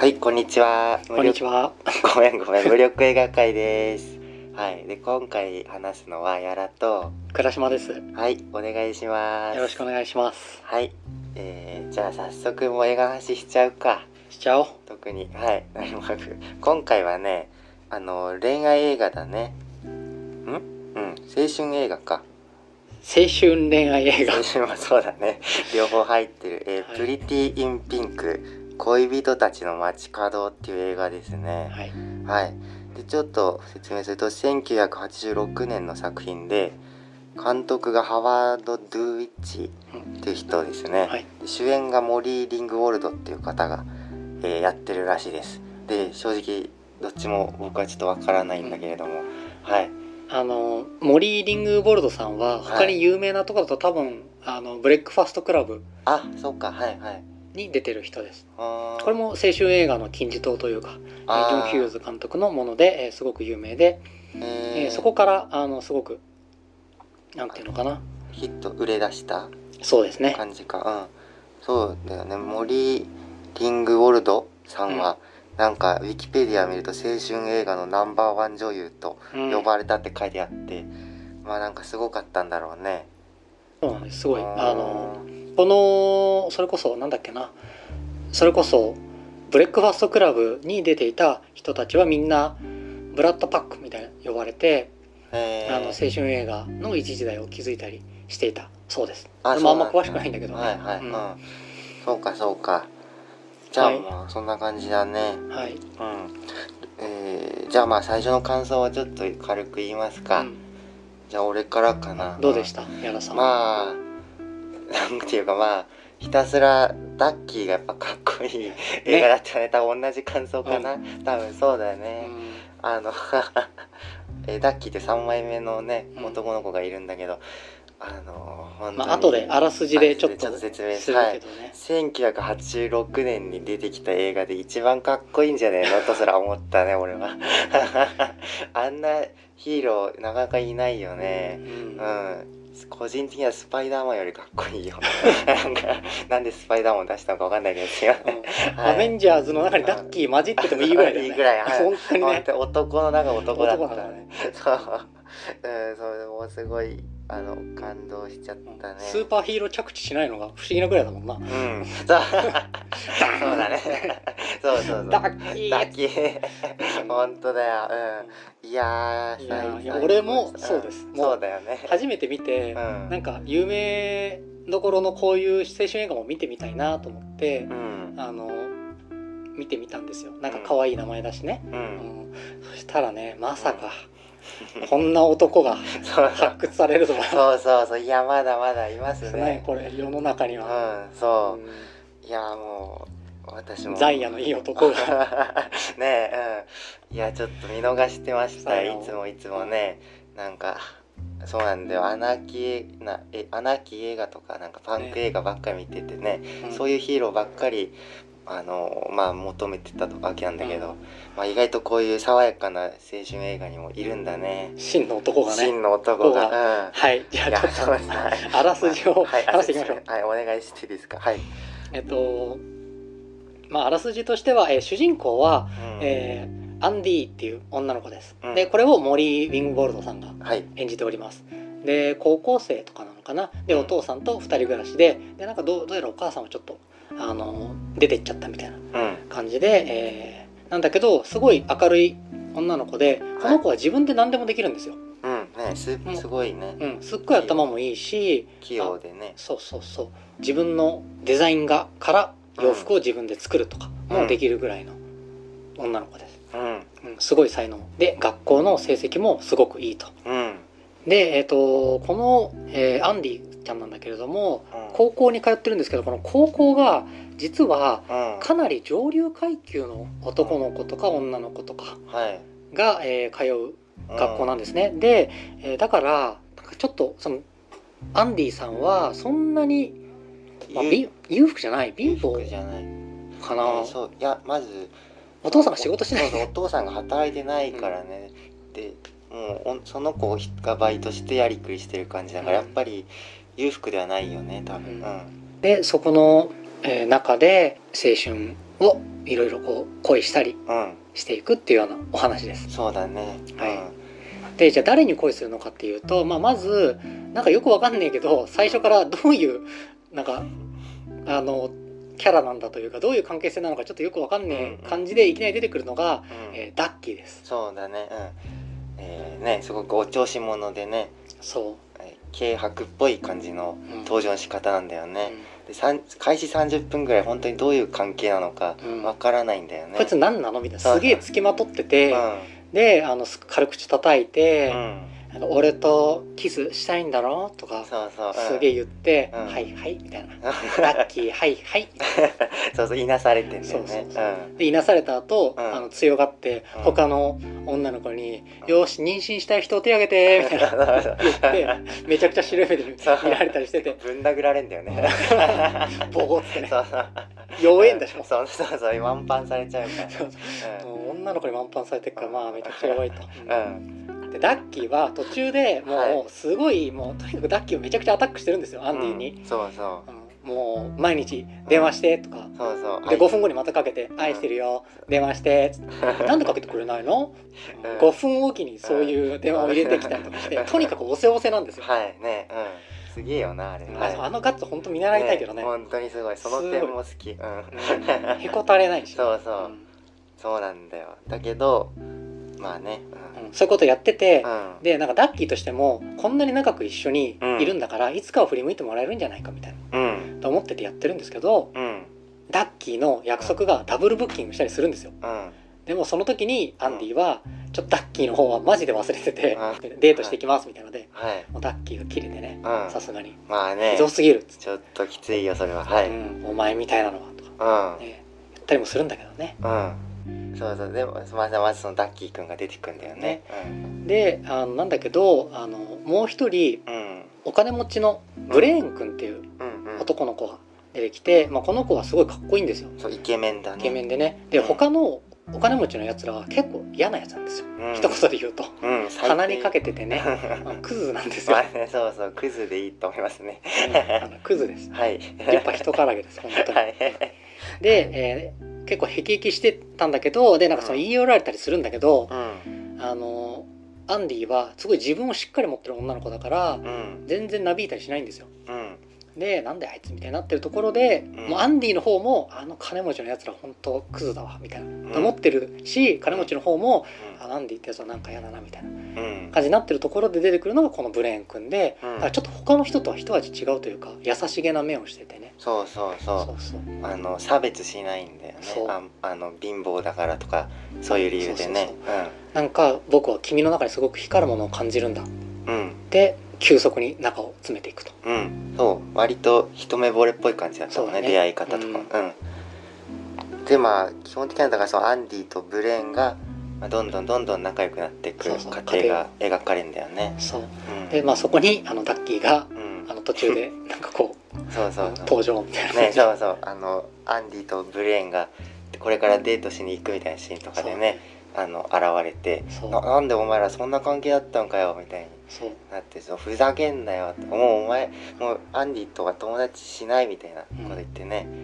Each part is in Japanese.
はい、こんにちは。 こんにちは。 ごめん、無力映画会です。はい、で、今回話すのはやらと倉島です。 はい、お願いします。 よろしくお願いします。 はい、じゃあ早速もう映画の話しちゃうか。 しちゃおう。 特に、はい、何もなく。今回はね、恋愛映画だね。青春映画か。 青春恋愛映画。 青春はそうだね。両方入ってる。 はい、 プリティ・イン・ピンク。恋人たちの街角っていう映画ですね。 はい。 はい。で、ちょっと説明すると、1986年の作品で、監督がハワード・ドゥ・ウィッチっていう人ですね。 はい、 で主演がモリー・リングウォルドっていう方が、やってるらしいです。で、正直、どっちも僕はちょっとわからないんだけれども、はい。 モリー・リングボルドさんは他に有名なところだと多分ブレックファストクラブそうか、はいはい。 に出てる人です。 ここれも青春映画の金字塔というか、ジョン・ヒューズ監督のもので、すごく有名で、そこからすごくなんていうのかな、 ヒット売れ出したそうですね感じか。そうだよね。モリー・リングウォルドさんは、なんかウィキペディア見ると青春映画のナンバーワン女優と呼ばれたって書いてあって、まあなんかすごかったんだろうね。 そうなんです。すごいこのそれこそなんだっけな、それこそブレックファストクラブに出ていた人たちはみんなブラッドパックみたいな呼ばれて、青春映画の一時代を築いたりしていたそうです。俺もあんま詳しくないんだけどね。 そうかそうか。じゃあまあそんな感じだね。 はい。 じゃあまあ最初の感想はちょっと軽く言いますか。じゃあ俺からかな。 どうでした矢田さん。 まあなんていうか、まあひたすらダッキーがやっぱかっこいい映画だったね。多分同じ感想かな。多分そうだよね。ダッキーって3枚目のね男の子がいるんだけど、 後であらすじでちょっと説明するけどね、1986年に出てきた映画で一番かっこいいんじゃねえのとすら思ったね俺は。あんなヒーローなかなかいないよね。個人的にはスパイダーマンよりかっこいいよ。なんでスパイダーマン出したのかわかんないけど違う、 アベンジャーズの中にダッキー混じっててもいいぐらいだよね。いいぐらい、 本当にね。男の中男だったね。そう、それもすごい感動しちゃったね。 スーパーヒーロー着地しないのが不思議なぐらいだもんな。 そうだね。そうダッキー本当だよ。いや俺もそうです。 そうだよね。 初めて見て、なんか有名どころのこういう青春映画も見てみたいなと思って、見てみたんですよ。なんか可愛い名前だしね。そしたらね、まさかこんな男が発掘されるとは。 そう、いやまだまだいますね。 これ世の中には。 いやもう私もザイヤのいい男がねいやちょっと見逃してました。いつもね、なんかそうなんだよ。アナーキー映画とかなんかパンク映画ばっかり見ててね、そういうヒーローばっかり求めてたわけなんだけど、意外とこういう爽やかな青春映画にもいるんだね。 真の男がね。 真の男が。 はい。じゃあちょっとあらすじを話していきましょう。 はい、お願いしていいですか。はい。 あらすじとしては、主人公は、アンディっていう女の子です。でこれをモリー・ウィングボルドさんが演じております。で高校生とかなのかな。でお父さんと2人暮らしで、なんかどうやらお母さんはちょっと出てっちゃったみたいな感じで、なんだけどすごい明るい女の子で、この子は自分で何でもできるんですよ。 すごいね。 すっごい頭もいいし器用でね。 そう自分のデザイン画から洋服を自分で作るとかもできるぐらいの女の子です。すごい才能で、学校の成績もすごくいいと。でこの、アンディちゃんなんだけれども、高校に通ってるんですけど、この高校が実はかなり上流階級の男の子とか女の子とかが、通う学校なんですね。で、だからちょっとそのアンディさんはそんなに、裕福じゃない、貧乏かな。 そう、いやまずお父さんが仕事しない。 お父さんが働いてないからね。でもうその子がバイトしてやりくりしてる感じだから、やっぱり裕福ではないよね多分。 でそこの、中で青春をいろいろこう恋したりうんしていくっていうようなお話です。 そうだね。 はいでじゃあ誰に恋するのかっていうと、まずなんかよくわかんねえけど最初からどういうなんかキャラなんだというかどういう関係性なのかちょっとよくわかんねえ感じでいきなり出てくるのが、ダッキーです。 そうだね。ねすごくお調子者でね、 そう軽薄っぽい感じの登場の仕方なんだよね。で開始30分ぐらい本当にどういう関係なのかわからないんだよね。 こいつ何なのみたいなすげえつきまとってて、で軽口叩いて、俺とキスしたいんだろとかすげえ言って「はいはい」みたいな「ラッキーはいはい」 そうそういなされてんだよね。 でいなされた後強がって他の女の子に「よし妊娠したい人手挙げて」みたいな言ってめちゃくちゃ白い目で見られたりしててぶん殴られんだよね。 ボコってね弱えんだしょ。 そうワンパンされちゃうから。 女の子にワンパンされてるからめちゃくちゃ弱いと。でダッキーは途中でもうすごいもうとにかくダッキーをめちゃくちゃアタックしてるんですよアンディに。もう毎日電話してとかで5分後にまたかけて愛してるよ電話してなんでかけてくれないの5分おきにそういう電話を入れてきたりとかしてとにかくおせおせなんですよ。 はいねすげえよなあれ。 あのガッツ本当見習いたいけどね。 本当にすごいその点も好き。 へこたれないし。 そうなんだよ。だけどまあねそういうことやっててでなんかダッキーとしてもこんなに長く一緒にいるんだからいつかは振り向いてもらえるんじゃないかみたいなと思っててやってるんですけどダッキーの約束がダブルブッキングしたりするんですよ。でもその時にアンディはちょっとダッキーの方はマジで忘れててデートしてきますみたいなのでもうダッキーがキレてねさすがにまあねひどすぎるちょっときついよそれは。 お前みたいなのはとか言ったりもするんだけどね。 そうでもまずそのダッキーくんが出てくんだよね。 でなんだけどもう一人お金持ちのブレーンくんっていう男の子が出てきてこの子はすごいかっこいいんですよ。 イケメンだね。 イケメンでねで他のお金持ちのやつらは結構嫌なやつなんですよ、一言で言うと、鼻にかけててねクズなんですよ。 そうクズでいいと思いますね。 クズです。 はい立派人からげです本当に。で、結構へきへきしてたんだけどでなんかその言い寄られたりするんだけど、アンディはすごい自分をしっかり持ってる女の子だから、全然なびいたりしないんですよ。でなんであいつみたいになってるところで、もうアンディの方も金持ちのやつら本当クズだわみたいな、思ってるし金持ちの方も、アンディってやつはなんか嫌だなみたいな感じになってるところで出てくるのがこのブレーン君で、だからちょっと他の人とは一味違うというか優しげな目をしててね。 そう差別しないんだよね。貧乏だからとかそういう理由でね。 なんか僕は君の中にすごく光るものを感じるんだ、で急速に中を詰めていくと。 そう割と一目惚れっぽい感じだったもんね、出会い方とか。で基本的にはだからそのアンディとブレーンがどんどん仲良くなっていく過程が描かれるんだよね。でそこにダッキーが途中でなんかこう登場みたいなね。アンディとブレーンがこれからデートしに行くみたいなシーンとかでね現れてなんでお前らそんな関係だったんかよみたいになってふざけんなよってもうお前もうアンディとは友達しないみたいなこと言ってね、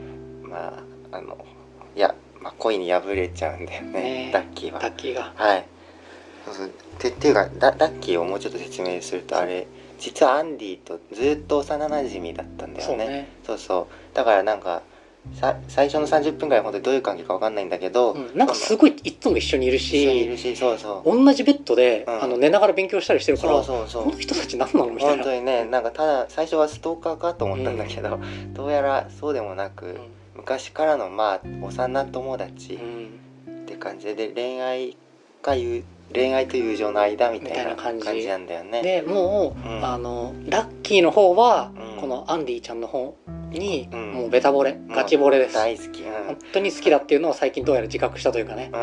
いや恋に破れちゃうんだよねダッキーは。はいっていうかダッキーをもうちょっと説明するとあれ実はアンディとずっと幼なじみだったんだよね。だからなんか最初の30分ぐらい本当にどういう関係か分かんないんだけど、 なんかすごいいつも一緒にいるし同じベッドで、寝ながら勉強したりしてるからこの人たち何なのみたいな。 本当にねなんかただ最初はストーカーかと思ったんだけど、どうやらそうでもなく、昔からの幼友達って感じで恋愛と友情の間みたいな感じなんだよね。 でもう、ラッキーの方は、このアンディちゃんの方に、もうベタ惚れガチ惚れです。 大好き、 本当に好きだっていうのを最近どうやら自覚したというかね。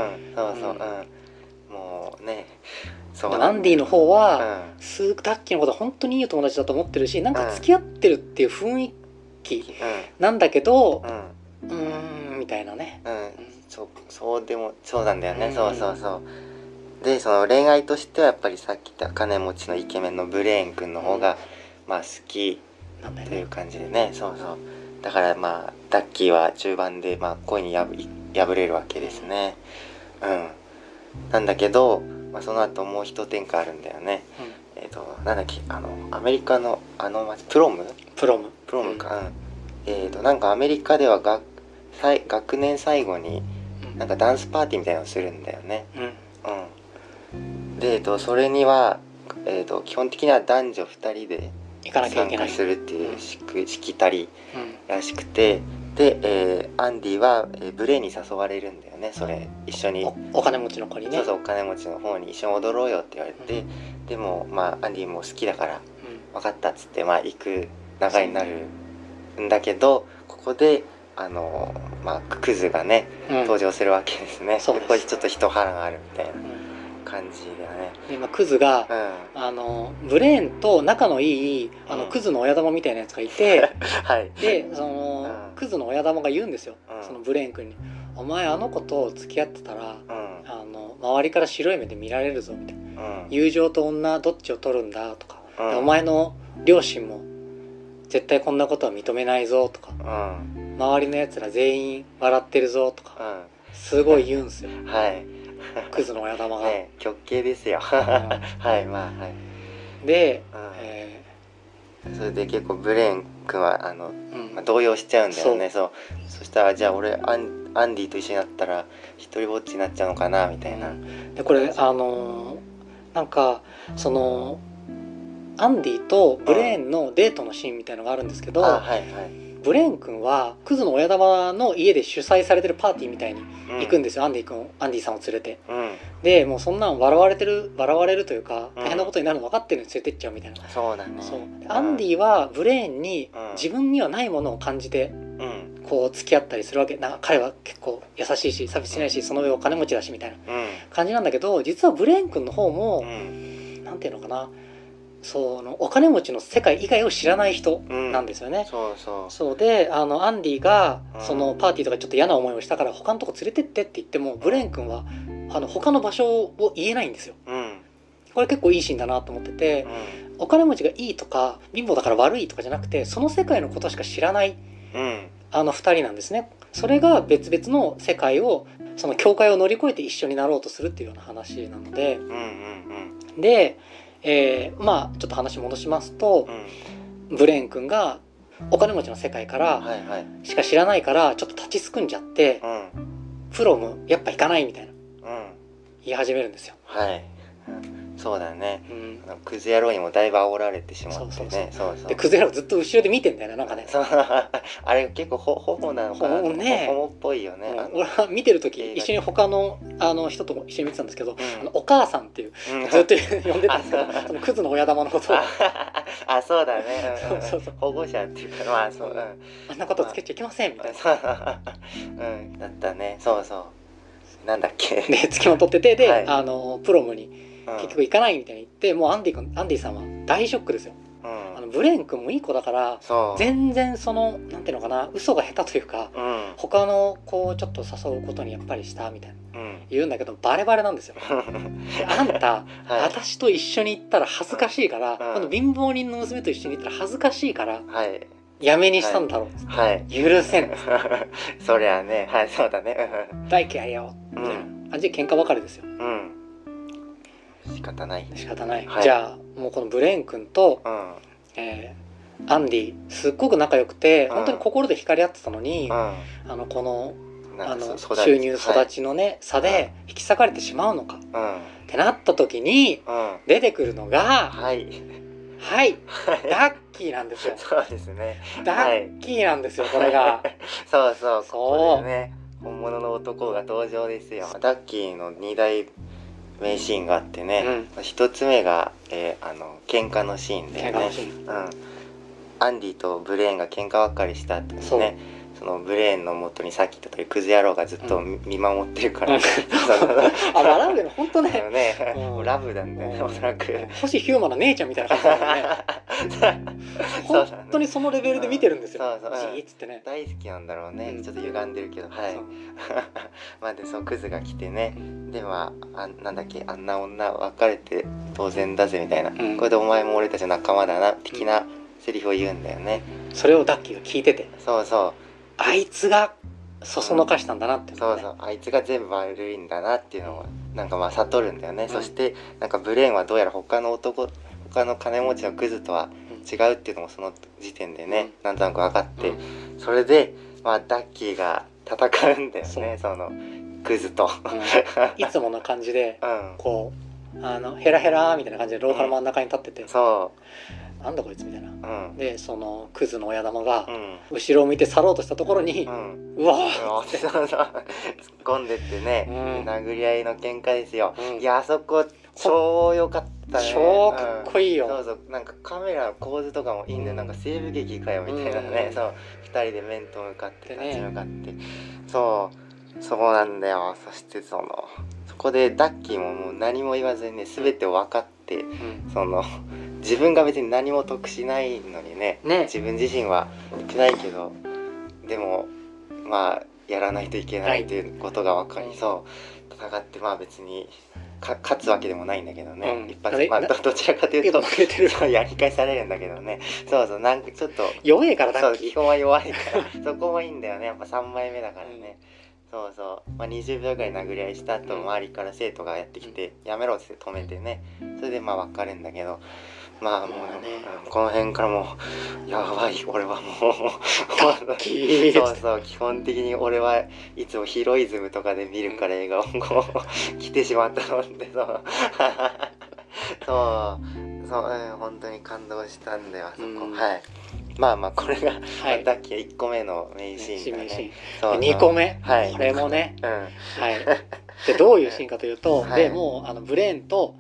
もうねアンディの方は、ラッキーのことは本当にいい友達だと思ってるしなんか付き合ってるっていう雰囲気なんだけど、みたいなね。そうなんだよね。でその恋愛としてはやっぱりさっき言った金持ちのイケメンのブレーン君の方が好きという感じでね。だからダッキーは中盤で恋に破れるわけですね。なんだけど、その後もう一展開あるんだよね。なんだっけ、アメリカの町、プロムか、なんかアメリカでは学年最後になんかダンスパーティーみたいなのをするんだよね。で、それには、基本的には男女2人で参加するっていうしきたりらしくて、で、アンディは、ブレイに誘われるんだよね。それ一緒にお金持ちの子にね。 そうそう、お金持ちの方に一緒に踊ろうよって言われて、でもアンディも好きだから分かったっつって行く流れになるんだけど、ここでクズがね、登場するわけですね。ここでちょっと一波乱があるみたいな感じだね。 で、クズが、ブレーンと仲のいいクズの親玉みたいなやつがいてはい、 でクズの親玉が言うんですよ、そのブレーン君に。お前あの子と付き合ってたら、周りから白い目で見られるぞみたいな、友情と女どっちを取るんだとか、お前の両親も絶対こんなことは認めないぞとか、周りのやつら全員笑ってるぞとか、すごい言うんすよ。クズの親玉が。 極刑ですよ。はい。で、それで結構ブレーン君は動揺しちゃうんだよね。そしたら、じゃあ俺アンディと一緒になったら一人ぼっちになっちゃうのかなみたいな。 でこれなんかそのアンディとブレーンのデートのシーンみたいのがあるんですけど、ブレーン君はクズの親玉の家で主催されてるパーティーみたいに行くんですよ、アンディさんを連れて、でもうそんなん笑われるというか、大変なことになるの分かってるのに連れてっちゃうみたいな。 そうだね。 アンディはブレーンに自分にはないものを感じて、こう付き合ったりするわけ。彼は結構優しいし差別しないし、その上お金持ちだしみたいな感じなんだけど、実はブレーン君の方も、なんていうのかな、そのお金持ちの世界以外を知らない人なんですよね。そうで、アンディがそのパーティーとかちょっと嫌な思いをしたから他のとこ連れてってって言っても、ブレーン君は他の場所を言えないんですよ。これ結構いいシーンだなと思ってて、お金持ちがいいとか貧乏だから悪いとかじゃなくて、その世界のことしか知らない2人なんですね。それが別々の世界を、その境界を乗り越えて一緒になろうとするっていうような話なので、でちょっと話戻しますと、ブレーン君がお金持ちの世界からしか知らないからちょっと立ちすくんじゃって、プロムやっぱ行かないみたいな、言い始めるんですよ。 そうだね。クズ野郎にもだいぶ煽られてしまってね。 でクズ野郎ずっと後ろで見てんだよね、なんかね。 あれ結構ホモなのかな。ホモっぽいよね。 俺は見てる時一緒に他の人とも一緒に見てたんですけど、お母さんっていうずっと呼んでたんですけど、そのクズの親玉のことを。 そうだね。保護者っていうか、 あんなことつけちゃいけませんみたいな。 だったね。なんだっけ。 で付きまとってて、でプロムに結局行かないみたいに言って、もうアンディさんは大ショックですよ。ブレーン君もいい子だから全然そのなんていうのかな、嘘が下手というか、他の子をちょっと誘うことにやっぱりしたみたいな、言うんだけどバレバレなんですよ。あんた、私と一緒に行ったら恥ずかしいから、この貧乏人の娘と一緒に行ったら恥ずかしいから、やめにしたんだろう、許せん。 そりゃね、そうだね。 大嫌いよみたいな感じで喧嘩別れですよ。 仕方ない。 じゃあもうこのブレーン君と、アンディすっごく仲良くて、本当に心で惹かれ合ってたのに、この収入育ちのね差で引き裂かれてしまうのか、ってなった時に出てくるのが、ダッキーなんですよ。 そうですね。 ダッキーなんですよ、これが。 ここでね、本物の男が登場ですよ。ダッキーの2大名シーンがあってね、1つ目が喧嘩のシーンでね、アンディとブレーンが喧嘩ばっかりしたってね、そのブレーンの元にさっき言った通りクズ野郎がずっと見守ってるから、 笑うけど本当ね、 ラブなんだよね、おそらく星ヒューマンの姉ちゃんみたいな感じだよね。本当にそのレベルで見てるんですよ。ジーッつってね、 大好きなんだろうね。ちょっと歪んでるけど、でそのクズが来てね、でなんだっけ、あんな女別れて当然だぜみたいな、これでお前も俺たちの仲間だな的なセリフを言うんだよね。 それをダッキーが聞いてて、あいつがそそのかしたんだなっていうのがね、 そうそう、あいつが全部悪いんだなっていうのをなんかまあ悟るんだよね、そしてなんかブレーンはどうやら他の金持ちのクズとは違うっていうのもその時点でね、なんとなく分かって、それでまあダッキーが戦うんだよね、そのクズと、 いつもの感じで、こうヘラヘラみたいな感じで廊下の真ん中に立ってて、なんだこいつみたいな、でそのクズの親玉が後ろを向いて去ろうとしたところに、うわーって突っ込んでってね、殴り合いの喧嘩ですよ。いや、あそこ超良かったね。 超かっこいいよ。 そうそう、なんかカメラの構図とかもいいんで、なんか西部劇かよみたいなね、そう2人で面と向かって立ち向かって、そうなんだよ。そしてそこでダッキーももう何も言わずにね、全てを分かって、自分が別に何も得しないのにね、自分自身は得ないけど、でもまあやらないといけないということが分かり、戦って、まあ別に勝つわけでもないんだけどね、一発、まあどちらかというとやり返されるんだけどね、そうなんかちょっと弱いから、ダッキー基本は弱いからそこもいいんだよね、やっぱ3枚目だからね。まあ、20秒ぐらい殴り合いした後、周りから生徒がやってきて、やめろって止めてね、それでまあ別れるんだけど、まあもうね、この辺からもうやばい、俺はもう基本的に俺はいつもヒロイズムとかで見るから映画をこう来てしまったので、本当に感動したんだよ、あそこ。まあこれがダッキー1個目のメインシーンだね。 2個目、これもね、でどういうシーンかというと、でもうブレーンと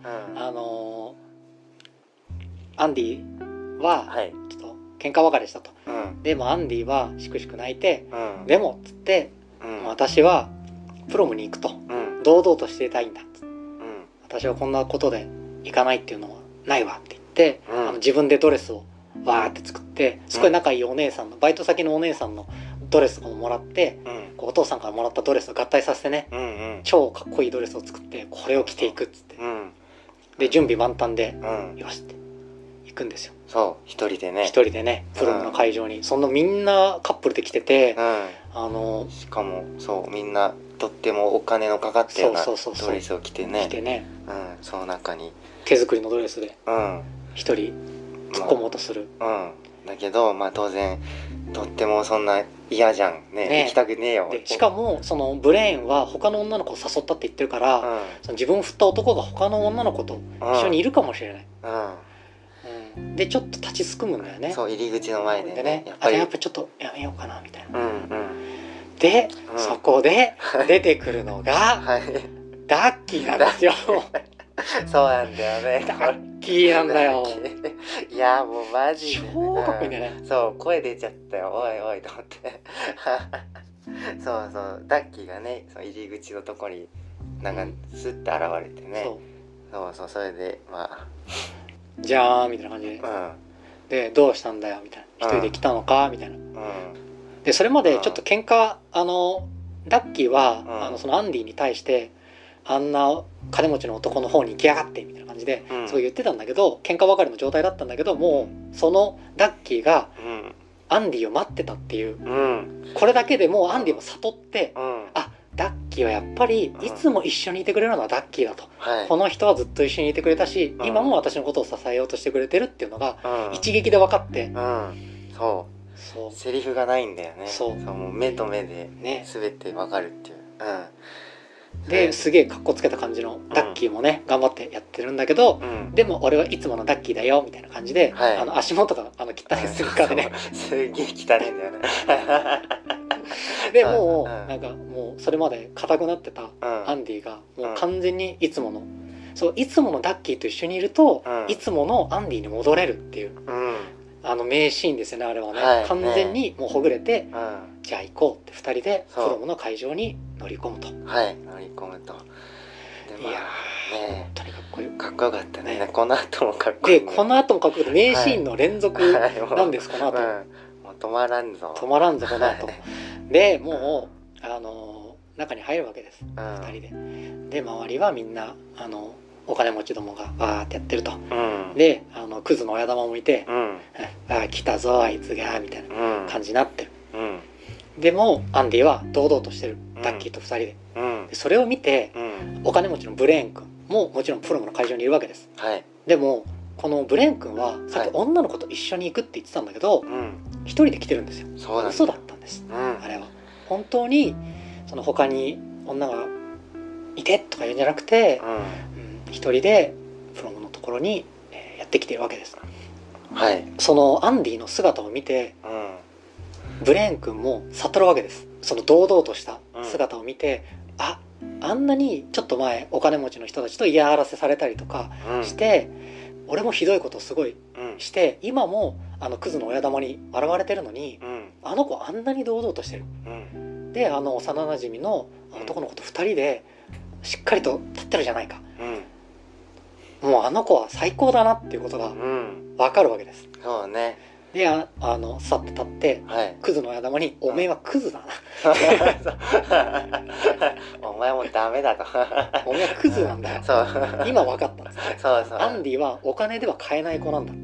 アンディはちょっと喧嘩別れしたと、でもアンディはしくしく泣いて、でもっつって、私はプロムに行くと、堂々としていたいんだっつって、私はこんなことで行かないっていうのはないわって言って、自分でドレスをわーって作って、すごい仲いいお姉さんの、バイト先のお姉さんのドレスをもらって、こうお父さんからもらったドレスを合体させてね、超かっこいいドレスを作って、これを着ていくっつって、で準備万端で、よしって行くんですよ。一人でねプロムの会場に、そんなみんなカップルで来てて、 しかもみんなとってもお金のかかったようなドレスを着てね、その中に手作りのドレスで一人突っ込もうとする、 だけどまあ当然とってもそんな嫌じゃんね、行きたくねえよ。 でしかもそのブレーンは他の女の子を誘ったって言ってるから、その自分を振った男が他の女の子と一緒にいるかもしれない、でちょっと立ちすくむんだよね、 入り口の前でね、 やっぱちょっとやめようかなみたいな、で、そこで出てくるのが、ダッキーなんですよそうなんだよね、 ダッキーなんだよいやもうマジで超かっこいいんだよね、 声出ちゃったよ、おいおいと思ってダッキーがね、その入り口のとこになんかスッて現れてね、それでまあじゃあみたいな感じで、でどうしたんだよみたいな、一人で来たのかみたいな、でそれまでちょっと喧嘩、ダッキーは、そのアンディに対してあんな金持ちの男の方に行きやがってみたいな感じで、そう言ってたんだけど、喧嘩別れの状態だったんだけど、もうそのダッキーがアンディを待ってたっていう、これだけでもうアンディも悟って、あ、ダッキーはやっぱりいつも一緒にいてくれるのはダッキーだと、この人はずっと一緒にいてくれたし、今も私のことを支えようとしてくれてるっていうのが一撃で分かって、 セリフがないんだよね、もう目と目で全て分かるっていう、 ですげえかっこつけた感じのダッキーもね、頑張ってやってるんだけど、でも俺はいつものダッキーだよみたいな感じで、足元が汚いスニーカーでね、 すげえ汚いんだよねでもうなんかもうそれまで硬くなってたアンディがもう完全にいつもの、いつものダッキーと一緒にいると、いつものアンディに戻れるっていう、名シーンですよね、あれはね、完全にもうほぐれて、じゃあ行こうって2人でプロムの会場に乗り込むと、乗り込むと、 いやー、本当にかっこよかったね。この後もかっこいい、 でこの後もかっこよくて、名シーンの連続なんです、この後、 もう止まらんぞこの後でもう中に入るわけです、2人で。で周りはみんなお金持ちどもがわーってやってると、でクズの親玉もいて、来たぞあいつがみたいな感じになってる、 でもアンディは堂々としてる、ダッキーと2人で、でそれを見て、お金持ちのブレーン君ももちろんプロムの会場にいるわけです、でもこのブレーン君はさっき女の子と一緒に行くって言ってたんだけど、一人で来てるんですよ。嘘だったんです、あれは本当にその他に女がいてとか言うんじゃなくて、一人でプロムのところにやってきてるわけです、そのアンディの姿を見て、ブレーン君も悟るわけです。その堂々とした姿を見て、あんなにちょっと前お金持ちの人たちと嫌がらせされたりとかして、俺もひどいことをすごいして、今もクズの親玉に笑われてるのに、あの子あんなに堂々としてる、で幼なじみの男の子と2人でしっかりと立ってるじゃないか、もうあの子は最高だなっていうことが分かるわけです、 そうね。 でさって立って、クズの親玉に「おめえはクズだな」 お前もダメだとおめえはクズなんだよ、今分かったんですね。アンディはお金では買えない子なんだって、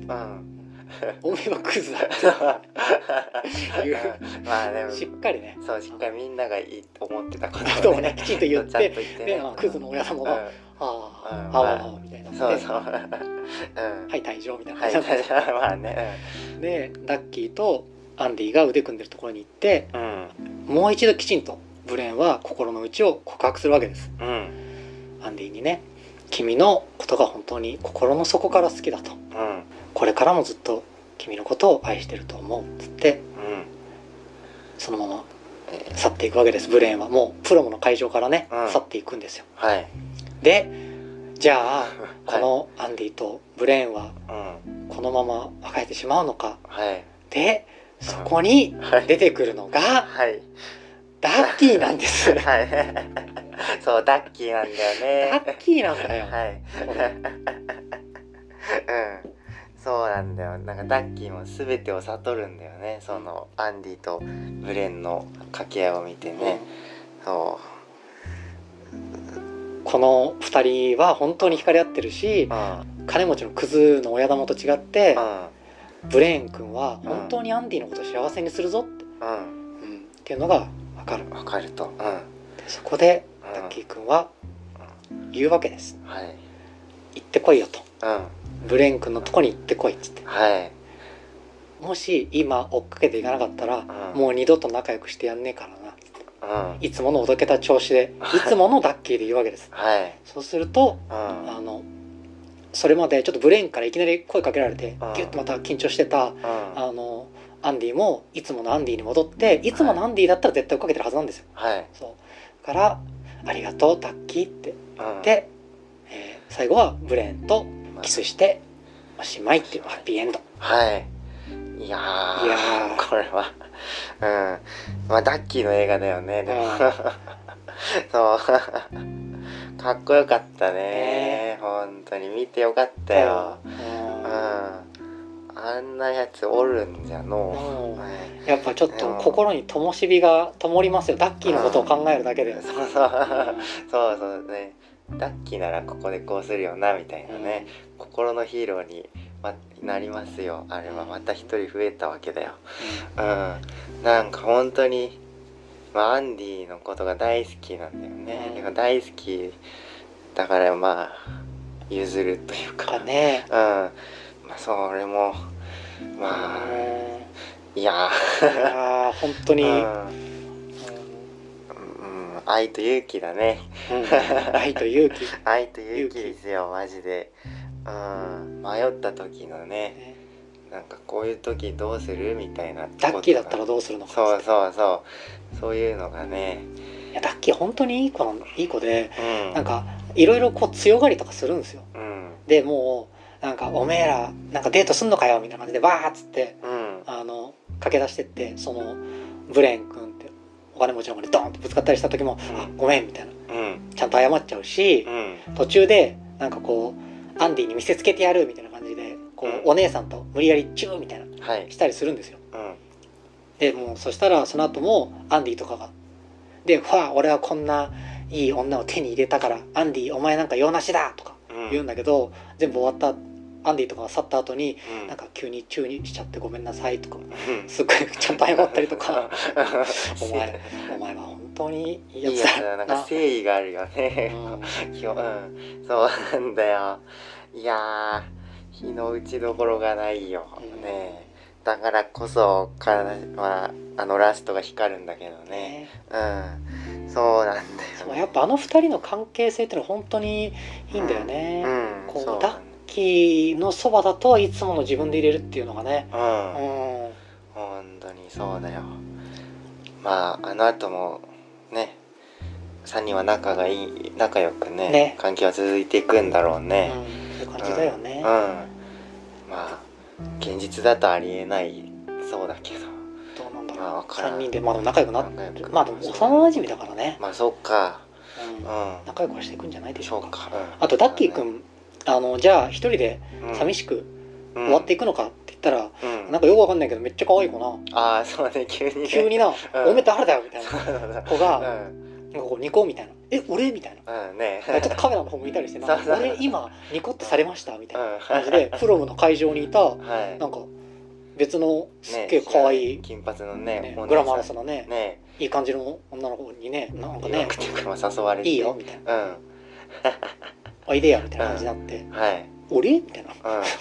おめえはクズだっていう、まあでもしっかりね、 しっかりみんながいいと思ってたことをねきちんと言って、でクズの親玉が「みたいな、はい退場みたいな感じで、 まあね、 でダッキーとアンディが腕組んでるところに行って、もう一度きちんとブレーンは心の内を告白するわけです、アンディにね、君のことが本当に心の底から好きだと、これからもずっと君のことを愛してると思うっつって、そのまま去っていくわけです。ブレーンはもうプロムの会場からね、去っていくんですよ、でじゃあこのアンディとブレーンはこのまま別れてしまうのか、でそこに出てくるのが、ダッキーなんです、 そうダッキーなんだよね、 ダッキーなんだよ、 そうなんだよ。なんかダッキーも全てを悟るんだよね、そのアンディとブレーンの掛け合いを見てね、 この2人は本当に惹かれ合ってるし、金持ちのクズの親玉と違って、ブレーン君は本当にアンディのことを幸せにするぞって、っていうのが分かると、でそこでダッキー君は言うわけです、行ってこいよと、ブレーン君のとこに行ってこいっつって、もし今追っかけていかなかったら、もう二度と仲良くしてやんねえからな、いつものおどけた調子でいつものダッキーで言うわけです、そうすると、それまでちょっとブレーンからいきなり声かけられてギュッとまた緊張してた、アンディもいつものアンディに戻って、いつものアンディだったら絶対追っかけてるはずなんですよ、そうだから「ありがとうダッキー」って言って、最後はブレーンとキスしておしまいっていうハッピーエンド。 いやこれはまあダッキーの映画だよね、でもそうかっこよかったね、本当に見てよかったよ、あんなやつおるんじゃのう、 やっぱちょっと心に灯火が灯りますよ、ダッキーのことを考えるだけで、 そうね、ダッキーならここでこうするよなみたいなね、心のヒーローになりますよ。あれはまた一人増えたわけだよ、なんか本当に、アンディのことが大好きなんだよね、大好きだから譲るというかね、それもいや本当に、 愛と勇気だね、 愛と勇気愛と勇気ですよマジで、迷った時のね、なんかこういう時どうするみたいな、 ダッキーだったらどうするのか、 そういうのがね、 いやダッキー本当にいい子で、なんかいろいろ強がりとかするんですよ、でもうなんかおめえらなんかデートすんのかよみたいな感じでわーっつって、駆け出してって、そのブレーン君ってお金持ちの方にドーンとぶつかったりした時も、あごめんみたいな、ちゃんと謝っちゃうし、途中でなんかこうアンディに見せつけてやるみたいな感じでこう、お姉さんと無理やりチューみたいな、したりするんですよ、でもうそしたらその後もアンディとかがで俺はこんないい女を手に入れたからアンディお前なんか用なしだとか言うんだけど、全部終わったアンディとかが去った後に、 うんなんか急にチューにしちゃってごめんなさいとかうんすっごいちゃんと謝ったりとかお前は本当にいいやついいやつだ、 だなんか誠意があるよね。そうなんだよ。いやー、日の打ちどころがないよ、ね。だからこそラストが光るんだけどね。そうなんだよ、ね。 そうやっぱあの二人の関係性ってのは本当にいいんだよね。こうダッキーのそばだといつもの自分で入れるっていうのがね。 本当にそうだよ。まああの後もね、3人は仲良くね関係は続いていくんだろうね。 そういう感じだよね。 まあ現実だとありえないそうだけど、 どうなんだろう。3人でまだ仲良くなってる。まあでも幼馴染だからね。 まあそっか。 仲良くはしていくんじゃないでしょうか。 そうか。 あとダッキーくん、じゃあ一人で寂しく終わっていくのかって言ったら、なんかよくわかんないけどめっちゃ可愛い子な。 ああそうね、急にな、おめえ誰だよみたいな子が、なんかこうニコみたいな、俺みたいな、ちょっとカメラの方向いたりしてな、俺今ニコってされましたみたいな感じでプロムの会場にいたなんか別のすっげえ可愛い金髪のねグラマラスのねいい感じの女の子にね、なんかね誘われていいよみたいな、おいでやみたいな感じになって、俺みたいな、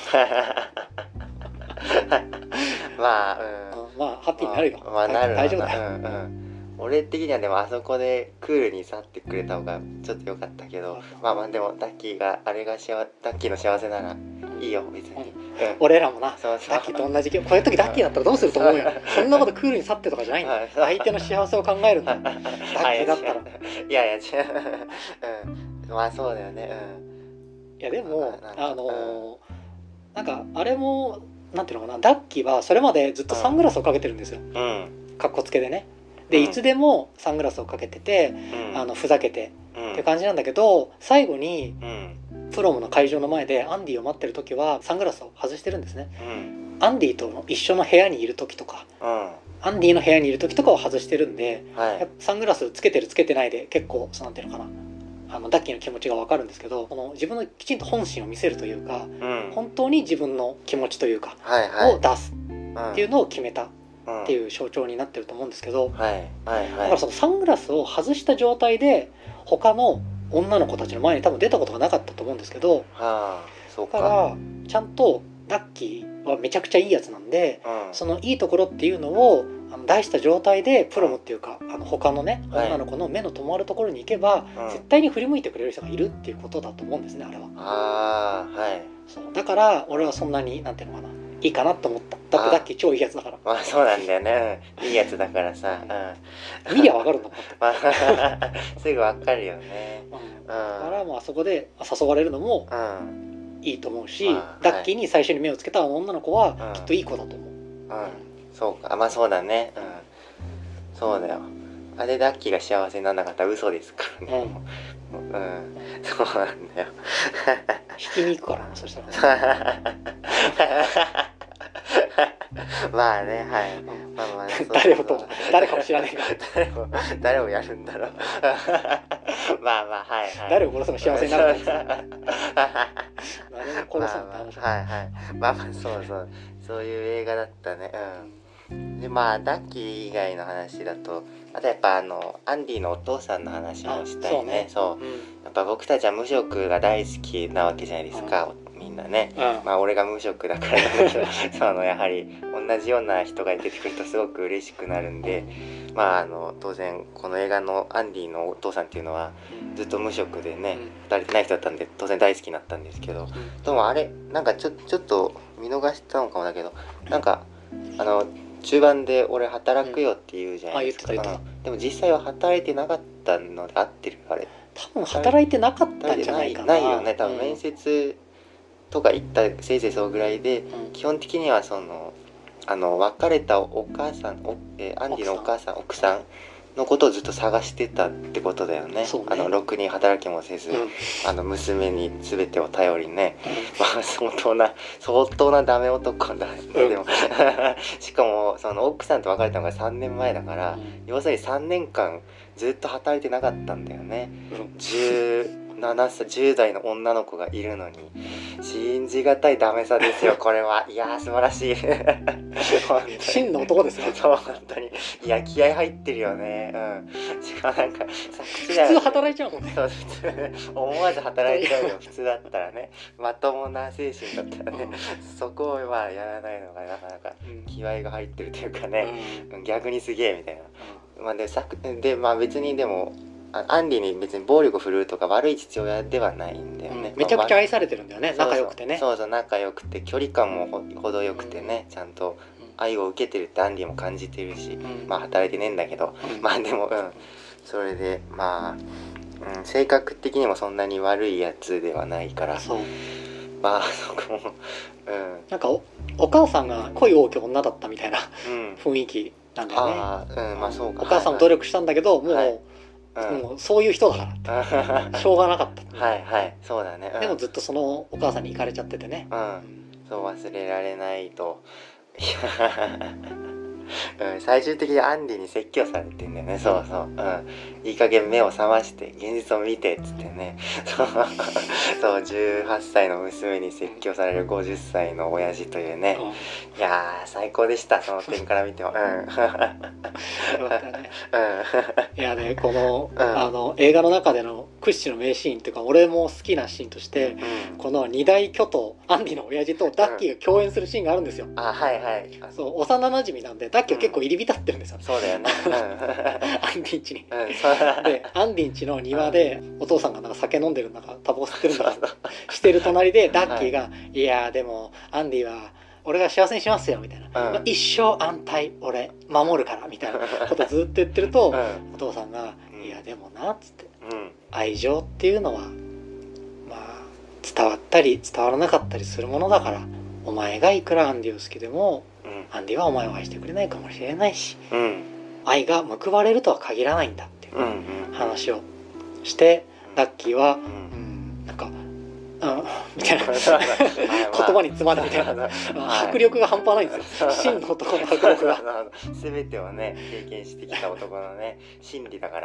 まあハッピーになるよ。大丈夫だよ。 俺的にはでもあそこでクールに去ってくれた方がちょっと良かったけど、まあでもダッキーの幸せならいいよ別に。 俺らもな、ダッキーと同じ、こういう時ダッキーだったらどうすると思うよ。そんなことクールに去ってとかじゃないんだ。相手の幸せを考えるんだ。ダッキーだったら。 いや違う。まあそうだよね。 いやでもなんかあれもなんていうのかな、ダッキーはそれまでずっとサングラスをかけてるんですよ。かっこつけでね。でいつでもサングラスをかけてて、ふざけてっていう感じなんだけど、最後にプロムの会場の前でアンディを待ってる時はサングラスを外してるんですね。アンディと一緒の部屋にいる時とか、アンディの部屋にいる時とかは外してるんで、サングラスつけてるつけてないで結構なんていうのかな、ダッキーの気持ちが分かるんですけど、この自分のきちんと本心を見せるというか、本当に自分の気持ちというか、を出すっていうのを決めたっていう象徴になってると思うんですけど、だからそのサングラスを外した状態で他の女の子たちの前に多分出たことがなかったと思うんですけど、だからちゃんとダッキーはめちゃくちゃいいやつなんで、そのいいところっていうのを出した状態でプロムっていうか他のね女の子の目の留まるところに行けば、絶対に振り向いてくれる人がいるっていうことだと思うんですね、あれは。そうだから俺はそんなになんていうのかな、いいかなと思った。だってダッキー超いいやつだから。 まあそうなんだよね、いいやつだからさ、 見りゃわかるんだもん。 すぐわかるよね。 だからもうあそこで誘われるのもいいと思うし、ダッキーに最初に目をつけた女の子はきっといい子だと思う。 そうか、まあそうだね。そうだよ。あれダッキーが幸せにならなかったら嘘ですからね。そうなんだよ。 引きに行くからな、そしたら。 まあね、 誰かも知らないから。誰をやるんだろう。まあ誰を殺すの幸せになるんですか。誰も殺すのって話。 まあそういう映画だったね。でまあダッキー以外の話だと、あとやっぱアンディのお父さんの話もしたいね。やっぱ僕たちは無職が大好きなわけじゃないですか、みんなね。まあ俺が無職だからなんだけどやはり同じような人が出てくるとすごく嬉しくなるんで、まあ当然この映画のアンディのお父さんっていうのはずっと無職でね、働いてない人だったんで当然大好きになったんですけど、でもあれなんかちょっと見逃したのかもだけど、なんか中盤で俺働くよって言うじゃないですか。でも実際は働いてなかったので合ってる？あれ多分働いてなかったんじゃないかな。 ないよね、多分面接とか行ったせいぜいそうぐらいで、基本的には別れたお母さん、アンディのお母さん、奥さんのことをずっと探してたってことだよね。ろくに働きもせず、娘に全てを頼りね、まあ相当なダメ男だ、でもしかも奥さんと別れたのが3年前だから、要するに3年間ずっと働いてなかったんだよね。10 7歳10代の女の子がいるのに信じがたいダメさですよこれは。いやー素晴らしい真の男ですよ。 そう本当に。いや気合入ってるよね。しかもなんか普通働いちゃうもんね。 そう普通思わず働いちゃうよ普通だったらね。まともな精神だったらね、そこをやらないのがなかなか気合が入ってるというかね、逆にすげえみたいな。まあ別にでもアンディに別に暴力振るうとか悪い父親ではないんだよね。 めちゃくちゃ愛されてるんだよね。仲良くてね。 そう仲良くて距離感も程よくてね、ちゃんと愛を受けてるってアンディも感じてるし、まあ働いてねえんだけど、まあでもそれでまあ、性格的にもそんなに悪いやつではないから、まあそこもなんかお母さんが恋多き女だったみたいな雰囲気なんだよね。 まあそうか。 お母さんも努力したんだけど、もうそういう人だからってしょうがなかった。 はいそうだね。 でもずっとそのお母さんに行かれちゃっててね。 そう忘れられないと。最終的にアンディに説教されてんだよね。そういい加減目を覚まして現実を見てっつってね。そう18歳の娘に説教される50歳の親父というね。いやー最高でした、その点から見ても。 いやね、この映画の中での屈指の名シーンっていうか、俺も好きなシーンとして、この二大巨頭アンディの親父とダッキーが共演するシーンがあるんですよ。そう幼馴染なんでダッキーは結構入り浸ってるんですよ。 そうだよね。 アンディん家に。でアンディん家の庭でお父さんがなんか酒飲んでるんだかタバコ吸ってるんだかしてる隣でダッキーが「いやでもアンディは俺が幸せにしますよ」みたいな、一生安泰俺守るからみたいなことずっと言ってると、お父さんが「いやでもな」っつって、愛情っていうのはまあ伝わったり伝わらなかったりするものだから、お前がいくらアンディを好きでも、アンディはお前を愛してくれないかもしれないし、愛が報われるとは限らないんだっていう話をして、ダッキーは、なんかみたいな言葉に詰まるみたいな、迫力が半端ないんですよ。真の男の迫力が。 全てをね経験してきた男のね心理だから。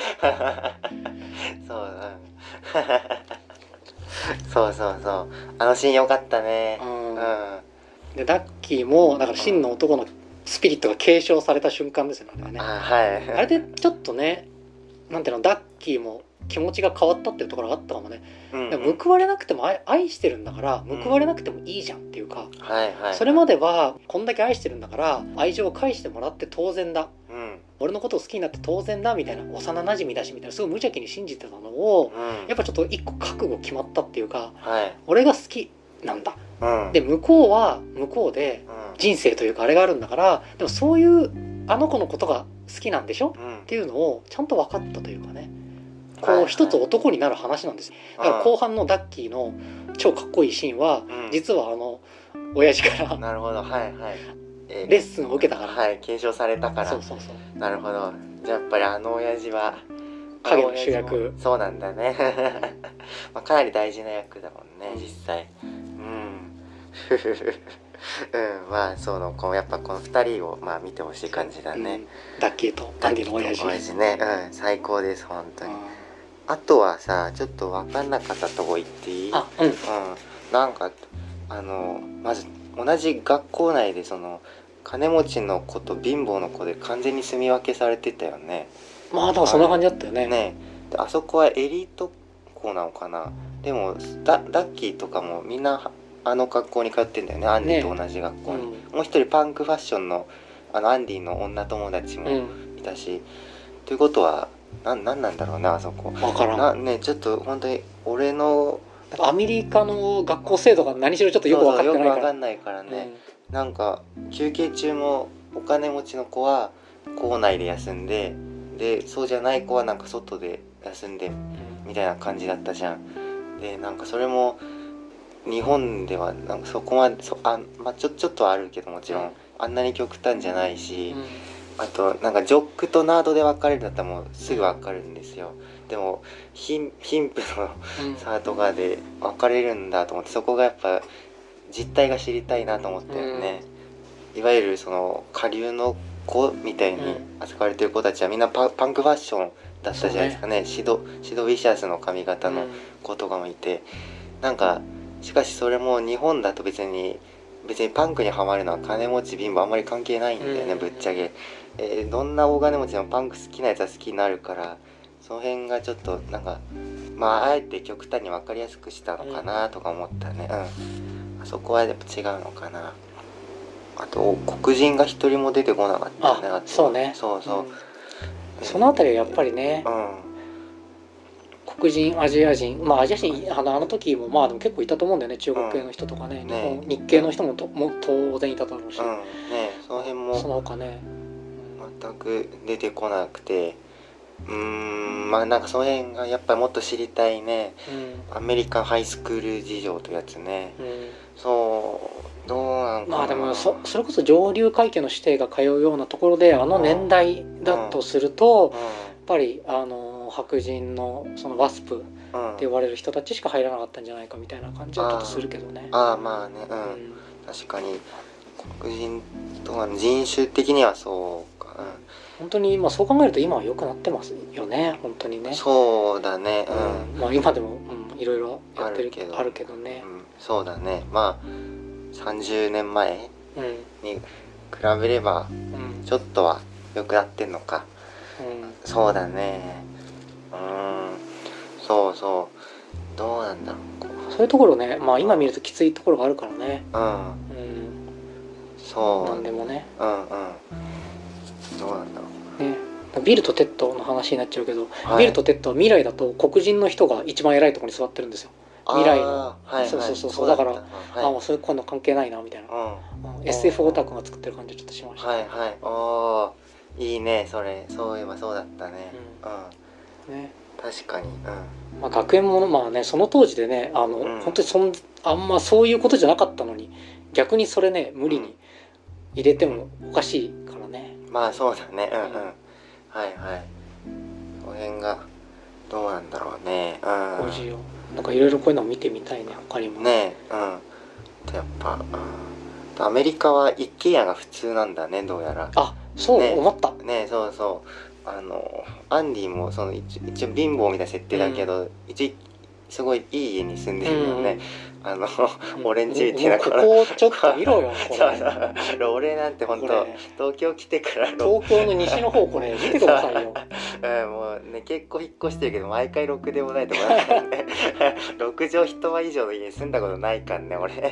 そうあのシーン良かったね。 でダッキーもだから真の男のスピリットが継承された瞬間ですよね。あれでちょっとね、なんていうの、ダッキーも気持ちが変わったっていうところがあったかもね。でも報われなくても愛してるんだから報われなくてもいいじゃんっていうか、それまではこんだけ愛してるんだから愛情を返してもらって当然だ、俺のことを好きになって当然だみたいな、幼馴染だしみたいな、すごい無邪気に信じてたのを、やっぱちょっと一個覚悟決まったっていうか、俺が好きなんだ、で向こうは向こうで人生というかあれがあるんだから、でもそういうあの子のことが好きなんでしょ、っていうのをちゃんと分かったというかね、こう一つ男になる話なんですよ。だから後半のダッキーの超かっこいいシーンは、実は親父からなるほどレッスンを受けたから、 継承されたから。なるほど。じゃあやっぱり親父は影の主役。 そうなんだね。かなり大事な役だもんね実際。まあやっぱこの2人を見てほしい感じだね。 ダッキーとアンディの親父ね。最高です本当に。あとはさ、ちょっと分かんなかったとこ言っていい？なんかまず同じ学校内で金持ちの子と貧乏の子で完全に住み分けされてたよね。 まあでもそんな感じだったよね。 であそこはエリート校なのかな。でもダッキーとかもみんなあの学校に通ってんだよね、アンディと同じ学校に。もう一人パンクファッションのアンディの女友達もいたし、ということはなんなんだろうねあそこ。 分からんね。ちょっと本当に俺のアメリカの学校制度が何しろちょっとよく分かってないから。 よく分かんないからね。なんか休憩中もお金持ちの子は校内で休んで、そうじゃない子はなんか外で休んでみたいな感じだったじゃん。でなんかそれも日本ではなんかそこまでちょっとはあるけど、もちろんあんなに極端じゃないし、あとなんかジョックとナードで分かれるんだったらもうすぐ分かるんですよ。でも貧富の差とかで分かれるんだと思って、そこがやっぱ実態が知りたいなと思ったよね。いわゆる下流の子みたいに扱われてる子たちはみんなパンクファッションだったじゃないですかね。シド・ウィシャスの髪型の子とかもいて、なんかしかしそれも日本だと別にパンクにはまるのは金持ち貧乏あんまり関係ないんだよね、ぶっちゃけ。どんな大金持ちでもパンク好きなやつは好きになるから、その辺がちょっとなんかあえて極端に分かりやすくしたのかなとか思ったね。そこはやっぱ違うのかな。あと黒人が一人も出てこなかったね。 そうね。 そう、 そのあたりはやっぱりね、黒人アジア人アジア人あの時もでも結構いたと思うんだよね。中国系の人とかね、日系の人も当然いただろうし、 ね、その辺もその他ね全く出てこなくて、なんかその辺がやっぱりもっと知りたいね。アメリカンハイスクール事情というやつね。そうどうなんかな。 でもそれこそ上流階級の指定が通うようなところで年代だとすると、やっぱり白人のそのワスプって呼ばれる人たちしか入らなかったんじゃないかみたいな感じはちょっとするけどね。 確かに黒人とは人種的にはそうか。 本当にそう考えると今は良くなってますよね。本当にね。 そうだね。 今でもいろいろやってるあるけどね。 そうだね。30年前に比べればちょっとは良くなってんのか。そうだね。そうどうなんだろう。 そういうところね、今見るときついところがあるからね。 そうなんでもね。 どうなんだろうね。ビルとテッドの話になっちゃうけど、ビルとテッドは未来だと黒人の人が一番偉いところに座ってるんですよ。未来の。そうだからそういうこんな関係ないなみたいな。SF オタクが作ってる感じちょっとしました。 いいね、そういえばそうだったね。確かに。 学園ものその当時でね本当にあんまそういうことじゃなかったのに、逆にそれね無理に入れてもおかしいからね。 そうだね。この辺がどうなんだろうね。 なんかいろいろこういうのを見てみたいね、他にもね。やっぱアメリカは一軒家が普通なんだね、どうやら。 そう思ったね。そうアンディも一応貧乏みたいな設定だけど、すごいいい家に住んでるよね。オレンジみたいな。 ここちょっと見ろよこれ。 俺なんて本当東京来てから東京の西の方これ見てくださいよ。 もうね結構引っ越してるけど毎回ろくでもないとこなんだよね。6畳一間以上の家に住んだことないからね俺。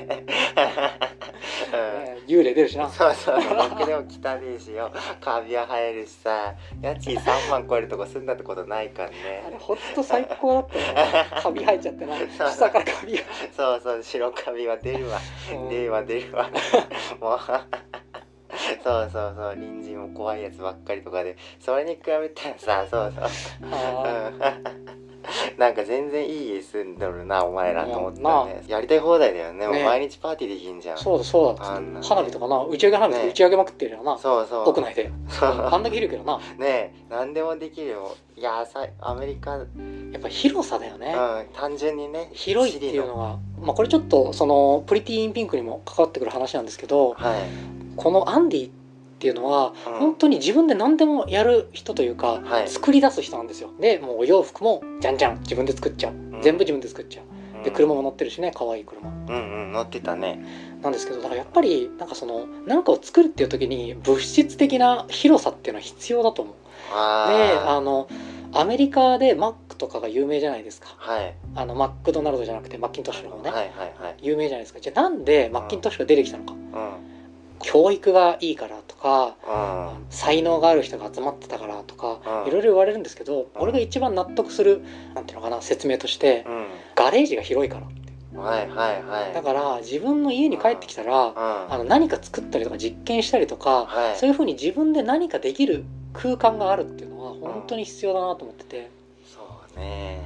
幽霊出るしな。 そう僕でも汚ねえしよ、カビは生えるしさ、家賃3万超えるとこ住んだってことないからね。 あれほんと最高だったよ。カビ生えちゃってな、下からカビが。 そう白カビは出るわ。出るわもうそう隣人も怖いやつばっかりとかで、それに比べたらさなんか全然いい家住んでるなお前らと思ったね。やりたい放題だよね。もう毎日パーティーできんじゃん。 そうだ花火とかな、打ち上げ花火打ち上げまくってるよな。屋内であんだけいるけどな。 ねえ何でもできるよ。いやアメリカやっぱ広さだよね。 単純にね広いっていうのがこれちょっとプリティーンピンクにも関わってくる話なんですけど、このアンディっていうのは本当に自分で何でもやる人というか、作り出す人なんですよ。でもうお洋服もじゃんじゃん自分で作っちゃう、全部自分で作っちゃう。で車も乗ってるしね、可愛い車乗ってたね。 なんですけど、だからやっぱりなんか何かを作るっていう時に物質的な広さっていうのは必要だと思う。でアメリカでマックとかが有名じゃないですか。マクドナルドじゃなくてマッキントッシュの方ね、有名じゃないですか。じゃあなんでマッキントッシュが出てきたのか。教育がいいからとか、才能がある人が集まってたからとか、いろいろ言われるんですけど、俺が一番納得するなんていうのかな、説明として、ガレージが広いからって。だから自分の家に帰ってきたら、何か作ったりとか実験したりとか、そういうふうに自分で何かできる空間があるっていうのは本当に必要だなと思ってて。 そうね。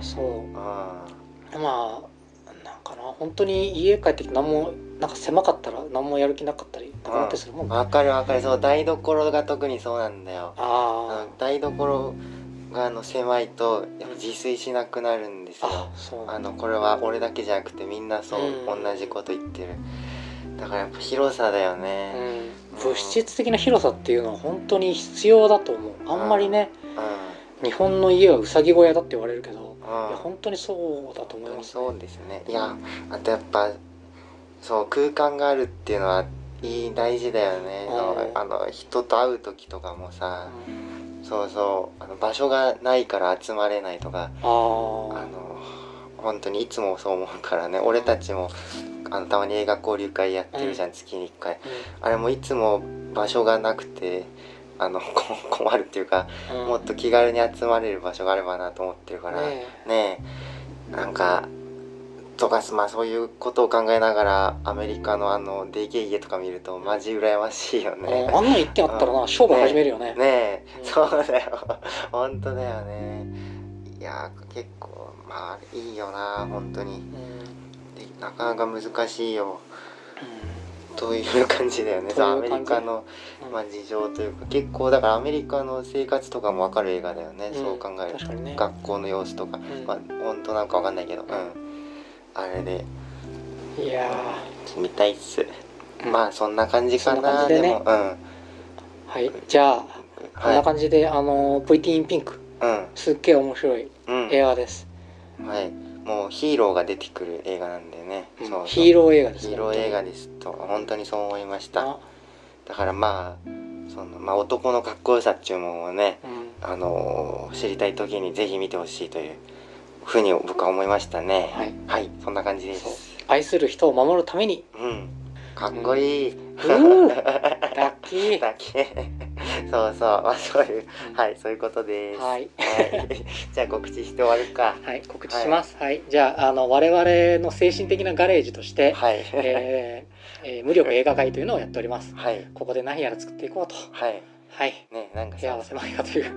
なんかな、本当に家帰ってきてなんか狭かったら何もやる気なかったりとかなってするもんね。 わかるそう台所が特にそうなんだよ。台所が狭いとやっぱ自炊しなくなるんですよ。これは俺だけじゃなくてみんな同じこと言ってる。だからやっぱ広さだよね。 物質的な広さっていうのは本当に必要だと思う。あんまりね、 日本の家はうさぎ小屋だって言われるけど、 うん、 いや本当にそうだと思います、ね、 そうですね。いや、あとやっぱそう空間があるっていうのは大事だよね。人と会う時とかもさ、そうそう場所がないから集まれないとか、本当にいつもそう思うからね。俺たちもたまに映画交流会やってるじゃん、月に1回、あれもいつも場所がなくて困るっていうか、もっと気軽に集まれる場所があればなと思ってるからね。なんかとか、まあそういうことを考えながらアメリカのでけえ家とか見るとマジ羨ましいよね。 あんな一軒あったらな、商売始めるよね。 そうだよ本当だよね。いや結構まあいいよな本当に、なかなか難しいよ、という感じだよね。アメリカの、事情というか、結構だからアメリカの生活とかも分かる映画だよね、そう考えると、ね、学校の様子とか、本当なんか分かんないけど、あれでいや見たいっす、まあそんな感じかな。でもはい、じゃあこんな感じでプリティーンピンク、すっげえ面白い映画です、はい。 もうヒーローが出てくる映画なんでね、そうヒーロー映画です。 ヒーロー映画ですと本当にそう思いました。だからまあ男のかっこよさっていうものをね、知りたい時にぜひ見てほしいというふうに僕は思いましたね。はい、そんな感じです。 愛する人を守るために、 かっこいい、ラッキーそうそう、まあそういう、そういうことです。じゃあ告知して終わるか。 告知します。じゃあ我々の精神的なガレージとして、無力映画会というのをやっております。ここで何やら作っていこうと。 なんか部屋は狭いかという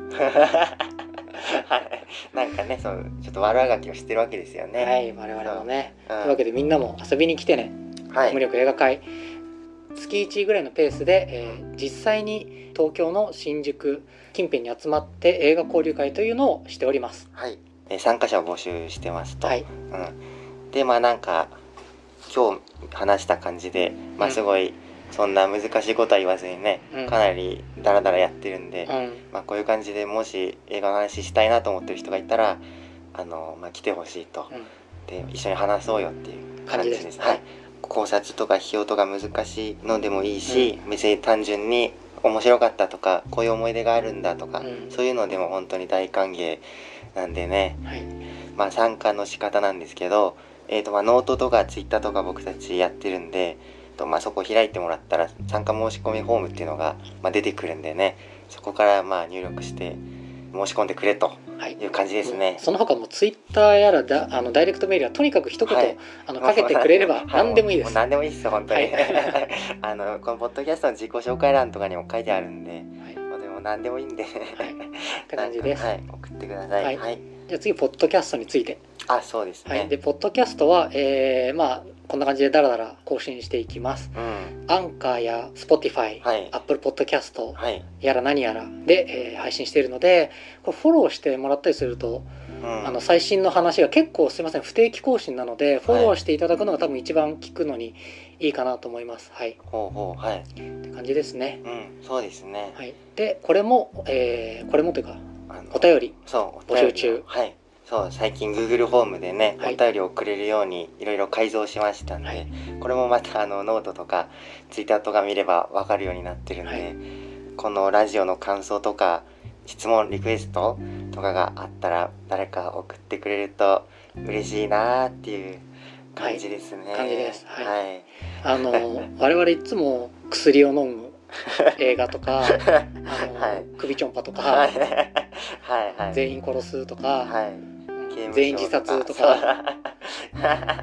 なんかね、そうちょっと悪あがきをしてるわけですよね。 我々もね。というわけでみんなも遊びに来てね。無力映画会月1ぐらいのペースで、実際に東京の新宿近辺に集まって映画交流会というのをしております。 参加者を募集してますと。でまあなんか今日話した感じで、すごいそんな難しいことは言わずにね、かなりダラダラやってるんで、こういう感じでもし映画の話したいなと思ってる人がいたら来てほしいと、で一緒に話そうよっていう感じです。考察とか批評とか難しいのでもいいし、別に単純に面白かったとかこういう思い出があるんだとか、そういうのでも本当に大歓迎なんでね、参加の仕方なんですけど、ノートとかツイッターとか僕たちやってるんで、そこ開いてもらったら参加申し込みフォームっていうのが、出てくるんでね、そこから入力して申し込んでくれという感じですね。 その他もツイッターやらダイレクトメールはとにかく一言、かけてくれれば何でもいいです。 何でもいいですよ本当に、このポッドキャストの自己紹介欄とかにも書いてあるんで、でも何でもいいんでって感じです。 送ってください。 じゃあ次ポッドキャストについて。 そうですね。 でポッドキャストはこんな感じでダラダラ更新していきます。アンカーや Spotify、Apple Podcast やら何やらで、配信しているので、これフォローしてもらったりすると、最新の話が結構すいません不定期更新なので、フォローしていただくのが多分一番聞くのにいいかなと思います。って感じですね。 そうですね。 でこれもというかお便り募集中。 最近 Google ホームでね、お便りを送れるようにいろいろ改造しましたんで、これもまたノートとか Twitter とか見れば分かるようになってるんで、このラジオの感想とか質問リクエストとかがあったら誰か送ってくれると嬉しいなーっていう感じですね。 感じです。我々いつも薬を飲む映画とか首ちょんぱとか全員殺すとか、全員自殺とかち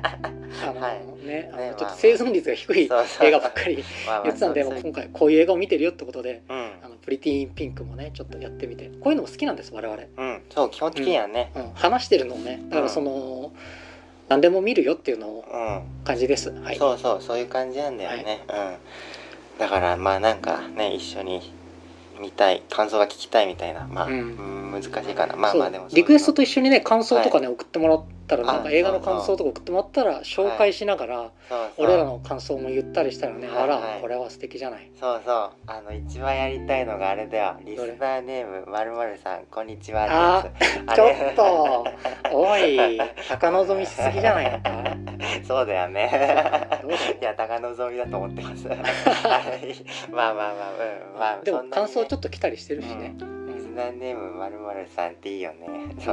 ょっと生存率が低い映画ばっかり言ってたんで、今回こういう映画を見てるよってことで、プリティーンピンクもねちょっとやってみて、こういうのも好きなんです我々。 そう基本的にはね、 話してるのをね、だから何でも見るよっていうのを感じです。 そういう感じなんだよね。だからなんかね一緒に見たい、感想が聞きたいみたいな、難しいかな。でもリクエストと一緒にね感想とかね送ってもらっったらなんか映画の感想とか送ってもらったら紹介しながら俺らの感想も言ったりしたらね、あらこれは素敵じゃない。 そうそう、一番やりたいのがあれだよ、リスナーネーム〇〇さんこんにちはです。 ちょっとおい高望みしすぎじゃないのか。 そうだよね。いや高望みだと思ってます。まあまあでも感想ちょっと来たりしてるしね。 リスナーネーム〇〇さんっていいよね。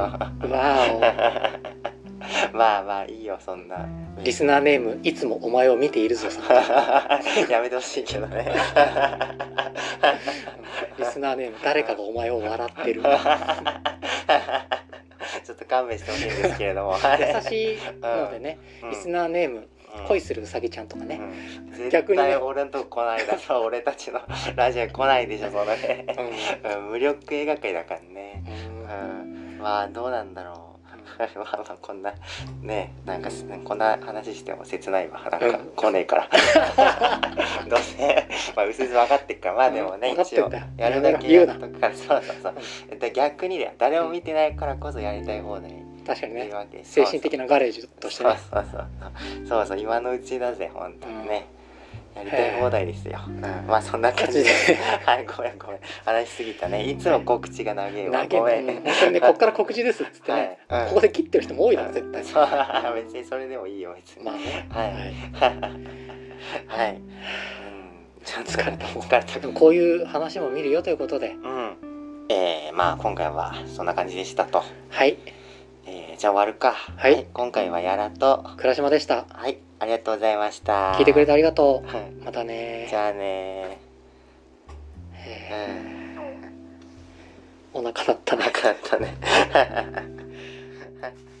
まあいいよそんな。 リスナーネームいつもお前を見ているぞさん。 やめてほしいけどね。 リスナーネーム誰かがお前を笑ってる。 ちょっと勘弁してほしいんですけれども。 優しいのでね、リスナーネーム恋するうさぎちゃんとかね、 絶対俺のとこ来ないだろ。俺たちのラジオに来ないでしょそのね。無力映画界だからね。まあどうなんだろう。まあこんなね、なんかこんな話しても切ないわ。なんか来ねえから。どうせまあ薄々分かってっから。まあでもね、一応やるだけやっとくから。そう逆にだよ、誰も見てないからこそやりたい放題。 確かにね、精神的なガレージとしてね。 そう今のうちだぜ本当にね。やりたい放題ですよ。まあそんな感じで。はい、ごめん話しすぎたね。いつも告知が長えわ。ごめん。 本当にね、こっから告知ですっつってね、ここで切ってる人も多いだろ絶対。 別にそれでもいいよ別に。 まあね。 はい。 ちょっと疲れた。でもこういう話も見るよということで。 まあ今回はそんな感じでしたと。 はい。 じゃあ終わるか。はい。今回はやらと倉島でした。 はい。ありがとうございました。 聞いてくれてありがとう。またね。 じゃあね。 お腹鳴ったね。